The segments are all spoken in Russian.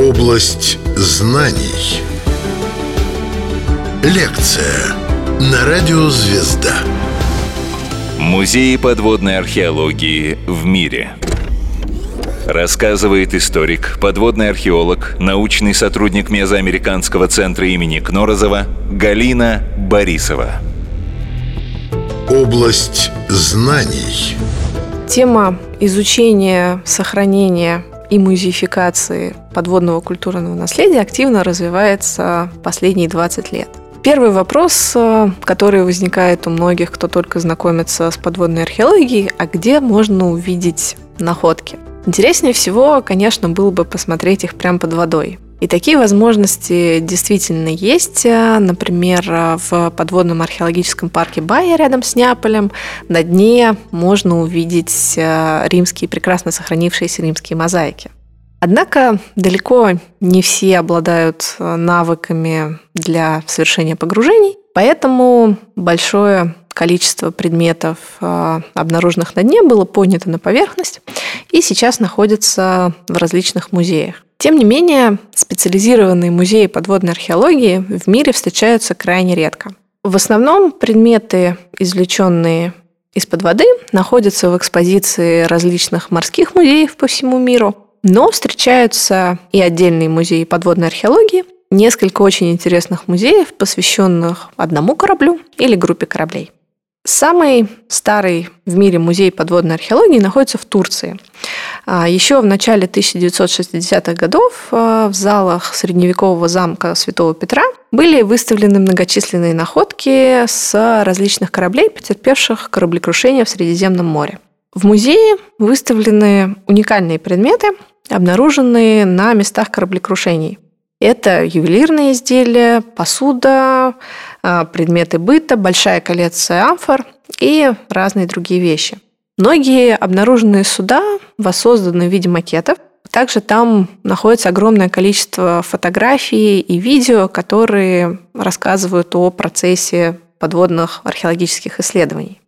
Область знаний. Лекция на радио «Звезда». Музеи подводной археологии в мире. Рассказывает историк, подводный археолог, научный сотрудник Мезоамериканского центра имени Кнорозова Галина Борисова. Область знаний. Тема изучения, сохранения и музеификации подводного культурного наследия активно развивается последние 20 лет. Первый вопрос, который возникает у многих, кто только знакомится с подводной археологией, а где можно увидеть находки? Интереснее всего, конечно, было бы посмотреть их прямо под водой. И такие возможности действительно есть. Например, в подводном археологическом парке Баия рядом с Неаполем на дне можно увидеть прекрасно сохранившиеся римские мозаики. Однако далеко не все обладают навыками для совершения погружений, поэтому большое количество предметов, обнаруженных на дне, было поднято на поверхность и сейчас находится в различных музеях. Тем не менее, специализированные музеи подводной археологии в мире встречаются крайне редко. В основном предметы, извлеченные из-под воды, находятся в экспозиции различных морских музеев по всему миру, но встречаются и отдельные музеи подводной археологии, несколько очень интересных музеев, посвященных одному кораблю или группе кораблей. Самый старый в мире музей подводной археологии находится в Турции. Еще в начале 1960-х годов в залах средневекового замка Святого Петра были выставлены многочисленные находки с различных кораблей, потерпевших кораблекрушение в Средиземном море. В музее выставлены уникальные предметы, обнаруженные на местах кораблекрушений. Это ювелирные изделия, посуда, предметы быта, большая коллекция амфор и разные другие вещи. Многие обнаруженные суда воссозданы в виде макетов. Также там находится огромное количество фотографий и видео, которые рассказывают о процессе подводных археологических исследований.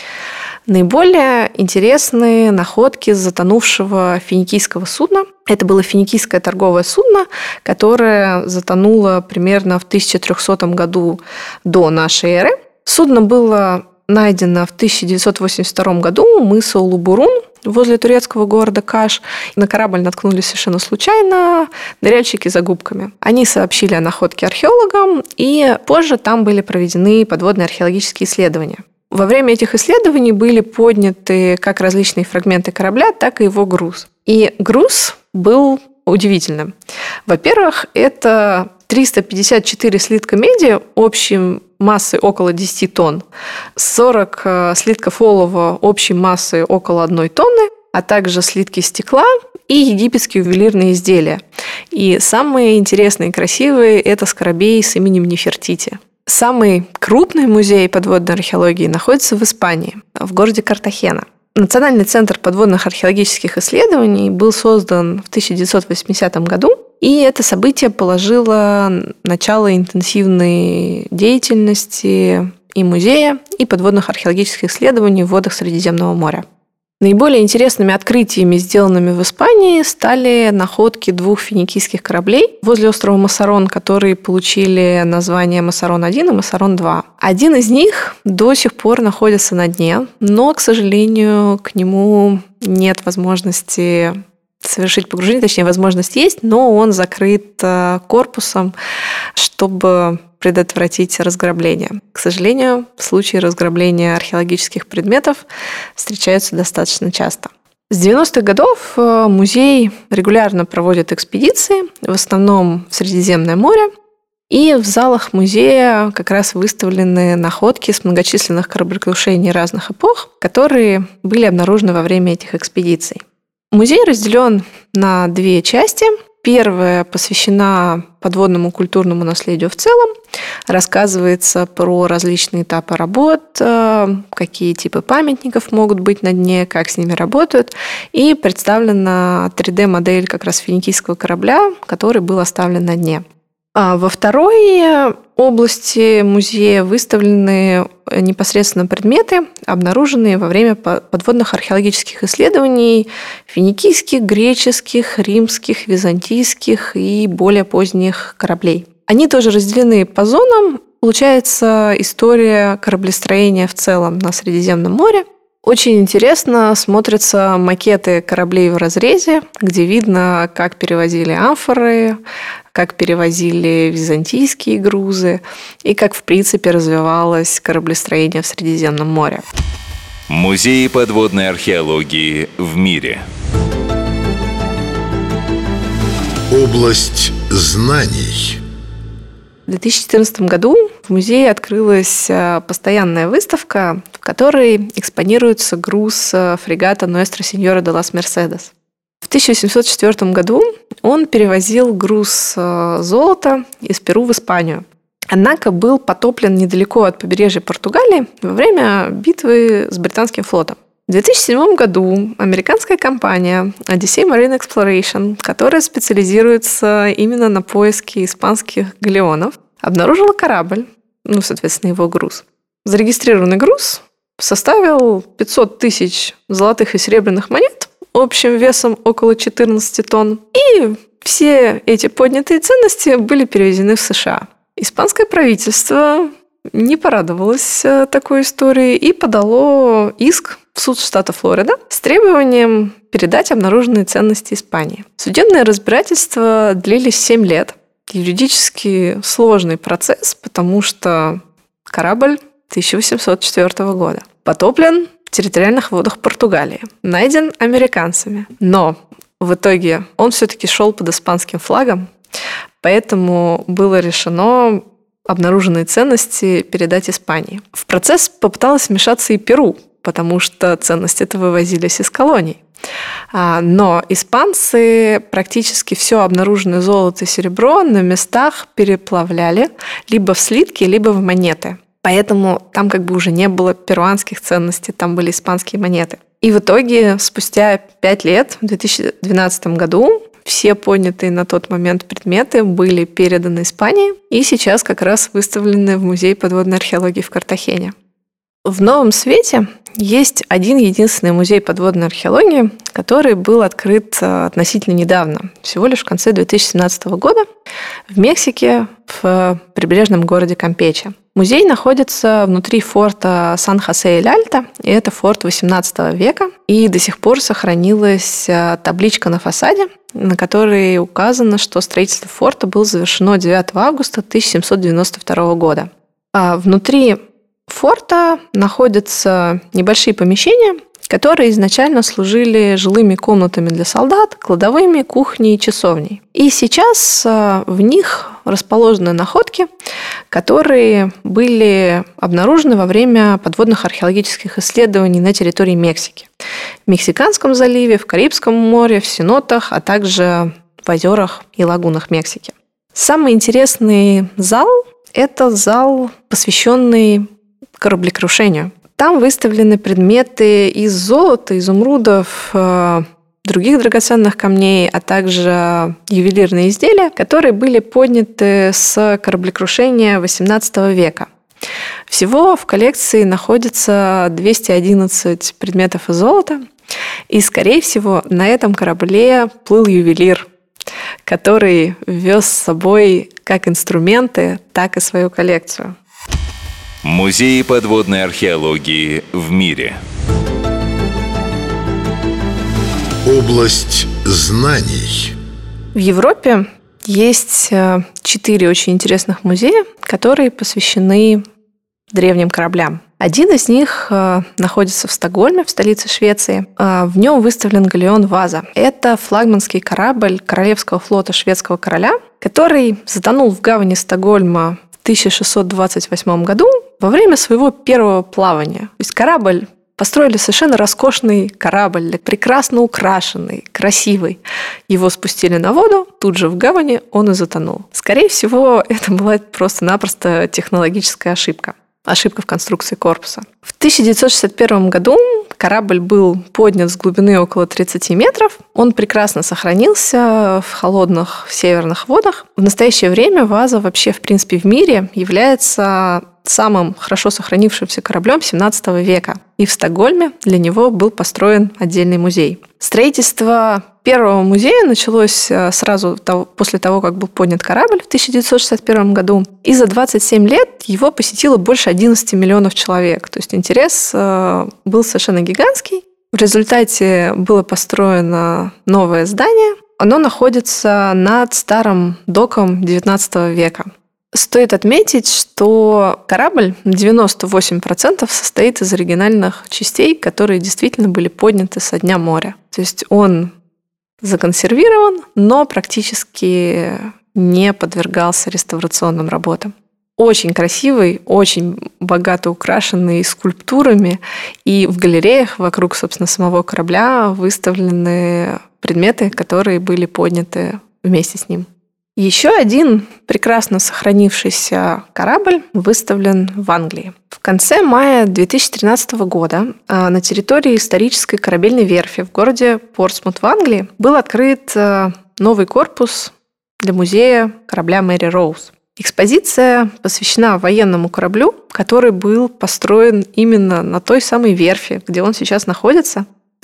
Наиболее интересные находки затонувшего финикийского судна. Это было финикийское торговое судно, которое затонуло примерно в 1300 году до нашей эры. Судно было найдено в 1982 году у мыса Улубурун возле турецкого города Каш. На корабль наткнулись совершенно случайно ныряльщики за губками. Они сообщили о находке археологам, и позже там были проведены подводные археологические исследования. Во время этих исследований были подняты как различные фрагменты корабля, так и его груз. И груз был удивительным. Во-первых, это 354 слитка меди общей массой около 10 тонн, 40 слитков олова общей массой около 1 тонны, а также слитки стекла и египетские ювелирные изделия. И самые интересные и красивые – это скоробей с именем Нефертити. Самый крупный музей подводной археологии находится в Испании, в городе Картахена. Национальный центр подводных археологических исследований был создан в 1980 году, и это событие положило начало интенсивной деятельности и музея, и подводных археологических исследований в водах Средиземного моря. Наиболее интересными открытиями, сделанными в Испании, стали находки 2 финикийских кораблей возле острова Масарон, которые получили название Масарон-1 и Масарон-2. Один из них до сих пор находится на дне, но, к сожалению, к нему нет возможности совершить погружение, точнее, возможность есть, но он закрыт корпусом, чтобы предотвратить разграбление. К сожалению, случаи разграбления археологических предметов встречаются достаточно часто. С 90-х годов музей регулярно проводит экспедиции, в основном в Средиземное море, и в залах музея как раз выставлены находки с многочисленных кораблекрушений разных эпох, которые были обнаружены во время этих экспедиций. Музей разделен на 2 части. Первая посвящена подводному культурному наследию в целом. Рассказывается про различные этапы работ, какие типы памятников могут быть на дне, как с ними работают. И представлена 3D-модель как раз финикийского корабля, который был оставлен на дне. А во второй области музея выставлены непосредственно предметы, обнаруженные во время подводных археологических исследований финикийских, греческих, римских, византийских и более поздних кораблей. Они тоже разделены по зонам. Получается история кораблестроения в целом на Средиземном море. Очень интересно смотрятся макеты кораблей в разрезе, где видно, как перевозили амфоры, как перевозили византийские грузы и как, в принципе, развивалось кораблестроение в Средиземном море. Музеи подводной археологии в мире. Область знаний. В 2014 году в музее открылась постоянная выставка, в которой экспонируется груз фрегата Nuestra Señora de las Mercedes. В 1804 году он перевозил груз золота из Перу в Испанию. Однако был потоплен недалеко от побережья Португалии во время битвы с британским флотом. В 2007 году американская компания Odyssey Marine Exploration, которая специализируется именно на поиске испанских галеонов, обнаружила корабль, соответственно, его груз. Зарегистрированный груз составил 500 тысяч золотых и серебряных монет общим весом около 14 тонн. И все эти поднятые ценности были перевезены в США. Испанское правительство не порадовалось такой истории и подало иск в суд штата Флорида с требованием передать обнаруженные ценности Испании. Судебные разбирательства длились 7 лет. Юридически сложный процесс, потому что корабль 1804 года потоплен в территориальных водах Португалии, найден американцами. Но в итоге он все-таки шел под испанским флагом, поэтому было решено обнаруженные ценности передать Испании. В процесс попыталась вмешаться и Перу, потому что ценности-то вывозились из колоний. Но испанцы практически все обнаруженное золото и серебро на местах переплавляли либо в слитки, либо в монеты. Поэтому там уже не было перуанских ценностей, там были испанские монеты. И в итоге спустя 5 лет, в 2012 году, все поднятые на тот момент предметы были переданы Испании и сейчас как раз выставлены в Музее подводной археологии в Картахене. В Новом Свете есть один единственный музей подводной археологии, который был открыт относительно недавно, всего лишь в конце 2017 года в Мексике, в прибрежном городе Кампече. Музей находится внутри форта Сан-Хосе-эль-Альто, и это форт XVIII века, и до сих пор сохранилась табличка на фасаде, на которой указано, что строительство форта было завершено 9 августа 1792 года. А внутри форта находятся небольшие помещения, которые изначально служили жилыми комнатами для солдат, кладовыми, кухней и часовней. И сейчас в них расположены находки, которые были обнаружены во время подводных археологических исследований на территории Мексики. В Мексиканском заливе, в Карибском море, в сенотах, а также в озерах и лагунах Мексики. Самый интересный зал – это зал, посвященный кораблекрушению. Там выставлены предметы из золота, изумрудов, других драгоценных камней, а также ювелирные изделия, которые были подняты с кораблекрушения XVIII века. Всего в коллекции находится 211 предметов из золота, и, скорее всего, на этом корабле плыл ювелир, который вез с собой как инструменты, так и свою коллекцию. Музеи подводной археологии в мире. Область знаний. В Европе есть 4 очень интересных музея, которые посвящены древним кораблям. Один из них находится в Стокгольме, в столице Швеции. В нем выставлен галеон Ваза. Это флагманский корабль Королевского флота шведского короля, который затонул в гавани Стокгольма в 1628 году во время своего первого плавания. То есть корабль построили совершенно роскошный корабль, прекрасно украшенный, красивый. Его спустили на воду, тут же в гавани он и затонул. Скорее всего, это была просто-напросто технологическая ошибка. ошибка в конструкции корпуса. В 1961 году корабль был поднят с глубины около 30 метров. Он прекрасно сохранился в холодных северных водах. В настоящее время Ваза вообще, в принципе, в мире является самым хорошо сохранившимся кораблем 17 века. И в Стокгольме для него был построен отдельный музей. Строительство первого музея началось сразу после того, как был поднят корабль в 1961 году. И за 27 лет его посетило больше 11 миллионов человек. То есть интерес был совершенно гигантский. В результате было построено новое здание. Оно находится над старым доком 19 века. Стоит отметить, что корабль на 98% состоит из оригинальных частей, которые действительно были подняты со дна моря. То есть он законсервирован, но практически не подвергался реставрационным работам. Очень красивый, очень богато украшенный скульптурами, и в галереях вокруг, собственно, самого корабля выставлены предметы, которые были подняты вместе с ним. Еще один прекрасно сохранившийся корабль выставлен в Англии. В конце мая 2013 года на территории исторической корабельной верфи в городе Портсмут в Англии был открыт новый корпус для музея корабля Мэри Роуз. Экспозиция посвящена военному кораблю, который был построен именно на той самой верфи, где он сейчас находится, в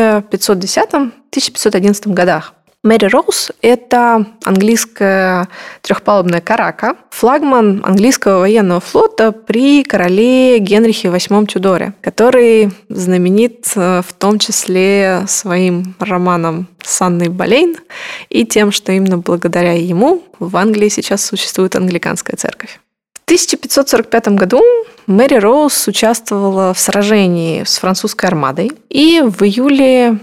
1510-1511 годах. Мэри Роуз – это английская трехпалубная карака, флагман английского военного флота при короле Генрихе VIII Тюдоре, который знаменит в том числе своим романом с Анной Болейн и тем, что именно благодаря ему в Англии сейчас существует англиканская церковь. В 1545 году Мэри Роуз участвовала в сражении с французской армадой, и в июле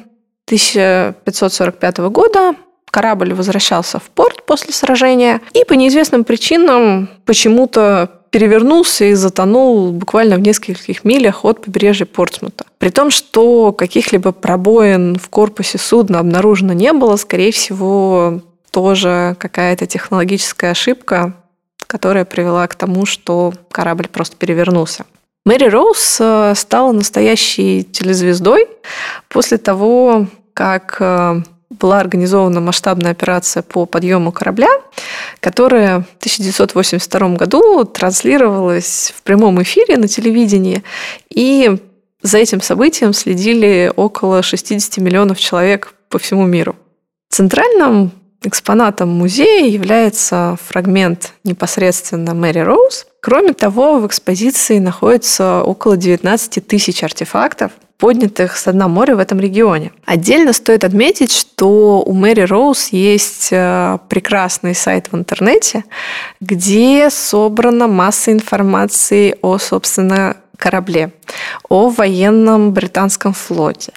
1545 года корабль возвращался в порт после сражения и по неизвестным причинам почему-то перевернулся и затонул буквально в нескольких милях от побережья Портсмута. При том, что каких-либо пробоин в корпусе судна обнаружено не было, скорее всего, тоже какая-то технологическая ошибка, которая привела к тому, что корабль просто перевернулся. Мэри Роуз стала настоящей телезвездой после того, как была организована масштабная операция по подъему корабля, которая в 1982 году транслировалась в прямом эфире на телевидении, и за этим событием следили около 60 миллионов человек по всему миру. Центральным экспонатом музея является фрагмент непосредственно Мэри Роуз. Кроме того, в экспозиции находится около 19 тысяч артефактов, поднятых со дна моря в этом регионе. Отдельно стоит отметить, что у Мэри Роуз есть прекрасный сайт в интернете, где собрана масса информации о, собственно, корабле, о военном британском флоте,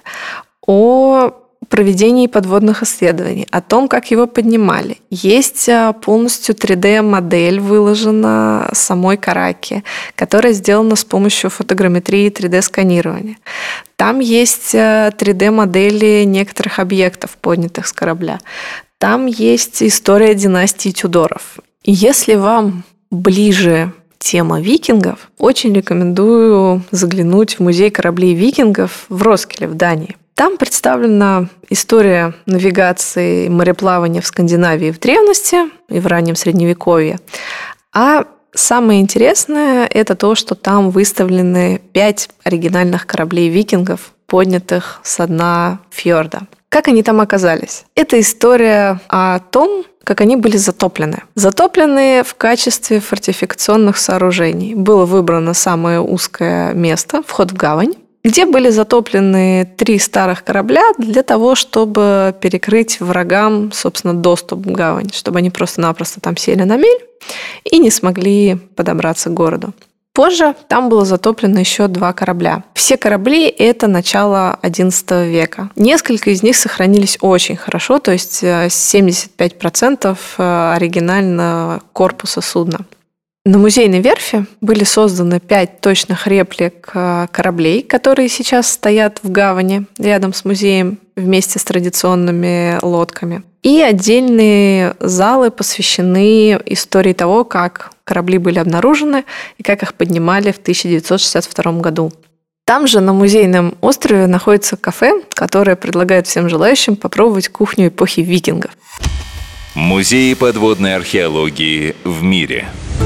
о проведении подводных исследований, о том, как его поднимали. Есть полностью 3D-модель, выложена самой караки, которая сделана с помощью фотограмметрии и 3D-сканирования. Там есть 3D-модели некоторых объектов, поднятых с корабля. Там есть история династии Тюдоров. И если вам ближе тема викингов, очень рекомендую заглянуть в музей кораблей викингов в Роскиле в Дании. Там представлена история навигации и мореплавания в Скандинавии в древности и в раннем Средневековье. А самое интересное – это то, что там выставлены 5 оригинальных кораблей викингов, поднятых со дна фьорда. Как они там оказались? Это история о том, как они были затоплены. Затоплены в качестве фортификационных сооружений. Было выбрано самое узкое место, вход в гавань, где были затоплены 3 старых корабля для того, чтобы перекрыть врагам, собственно, доступ в гавань, чтобы они просто-напросто там сели на мель и не смогли подобраться к городу. Позже там было затоплено еще 2 корабля. Все корабли – это начало XI века. Несколько из них сохранились очень хорошо, то есть 75% оригинального корпуса судна. На музейной верфи были созданы 5 точных реплик кораблей, которые сейчас стоят в гавани рядом с музеем вместе с традиционными лодками. И отдельные залы посвящены истории того, как корабли были обнаружены и как их поднимали в 1962 году. Там же, на Музейном острове, находится кафе, которое предлагает всем желающим попробовать кухню эпохи викингов. Музеи подводной археологии в мире.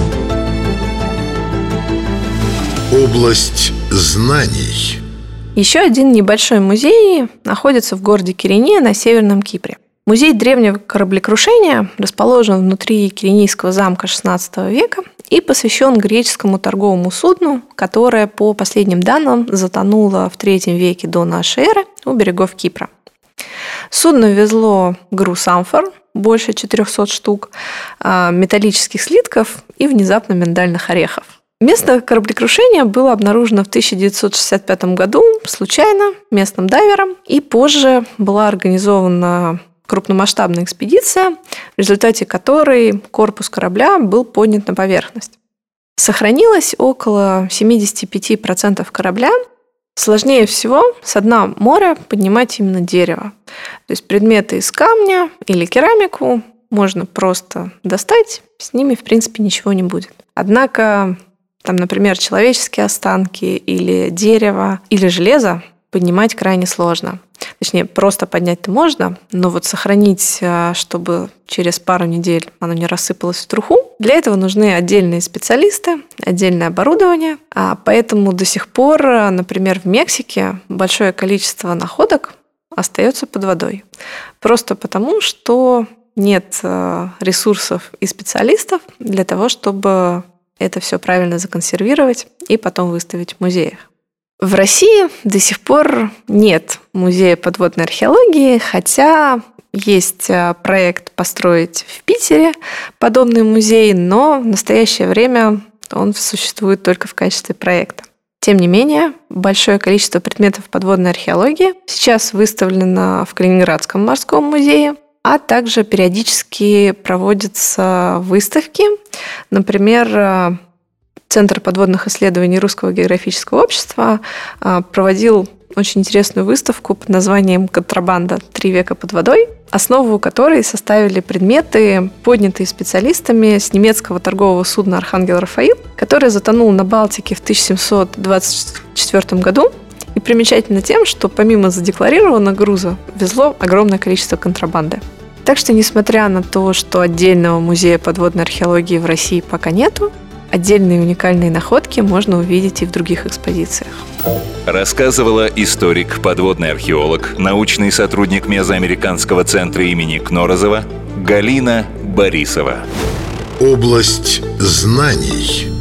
Область знаний. Еще один небольшой музей находится в городе Кирене на Северном Кипре. Музей древнего кораблекрушения расположен внутри Киренийского замка XVI века и посвящен греческому торговому судну, которое, по последним данным, затонуло в III веке до нашей эры у берегов Кипра. Судно везло груз амфор, больше 400 штук, металлических слитков и внезапно миндальных орехов. Место кораблекрушения было обнаружено в 1965 году случайно местным дайвером, и позже была организована крупномасштабная экспедиция, в результате которой корпус корабля был поднят на поверхность. Сохранилось около 75% корабля. Сложнее всего с дна моря поднимать именно дерево. То есть предметы из камня или керамику можно просто достать, с ними, в принципе, ничего не будет. Однако, там, например, человеческие останки или дерево, или железо поднимать крайне сложно. Точнее, просто поднять-то можно, но вот сохранить, чтобы через пару недель оно не рассыпалось в труху, для этого нужны отдельные специалисты, отдельное оборудование. Поэтому до сих пор, например, в Мексике большое количество находок остается под водой. Просто потому, что нет ресурсов и специалистов для того, чтобы это все правильно законсервировать и потом выставить в музеях. В России до сих пор нет музея подводной археологии, хотя есть проект построить в Питере подобный музей, но в настоящее время он существует только в качестве проекта. Тем не менее, большое количество предметов подводной археологии сейчас выставлено в Калининградском морском музее, а также периодически проводятся выставки. Например, Центр подводных исследований Русского географического общества проводил очень интересную выставку под названием «Контрабанда. 3 века под водой», основу которой составили предметы, поднятые специалистами с немецкого торгового судна «Архангел Рафаил», которое затонуло на Балтике в 1724 году. И примечательно тем, что помимо задекларированного груза везло огромное количество контрабанды. Так что, несмотря на то, что отдельного музея подводной археологии в России пока нету, отдельные уникальные находки можно увидеть и в других экспозициях. Рассказывала историк, подводный археолог, научный сотрудник Мезоамериканского центра имени Кнорозова Галина Борисова. Область знаний.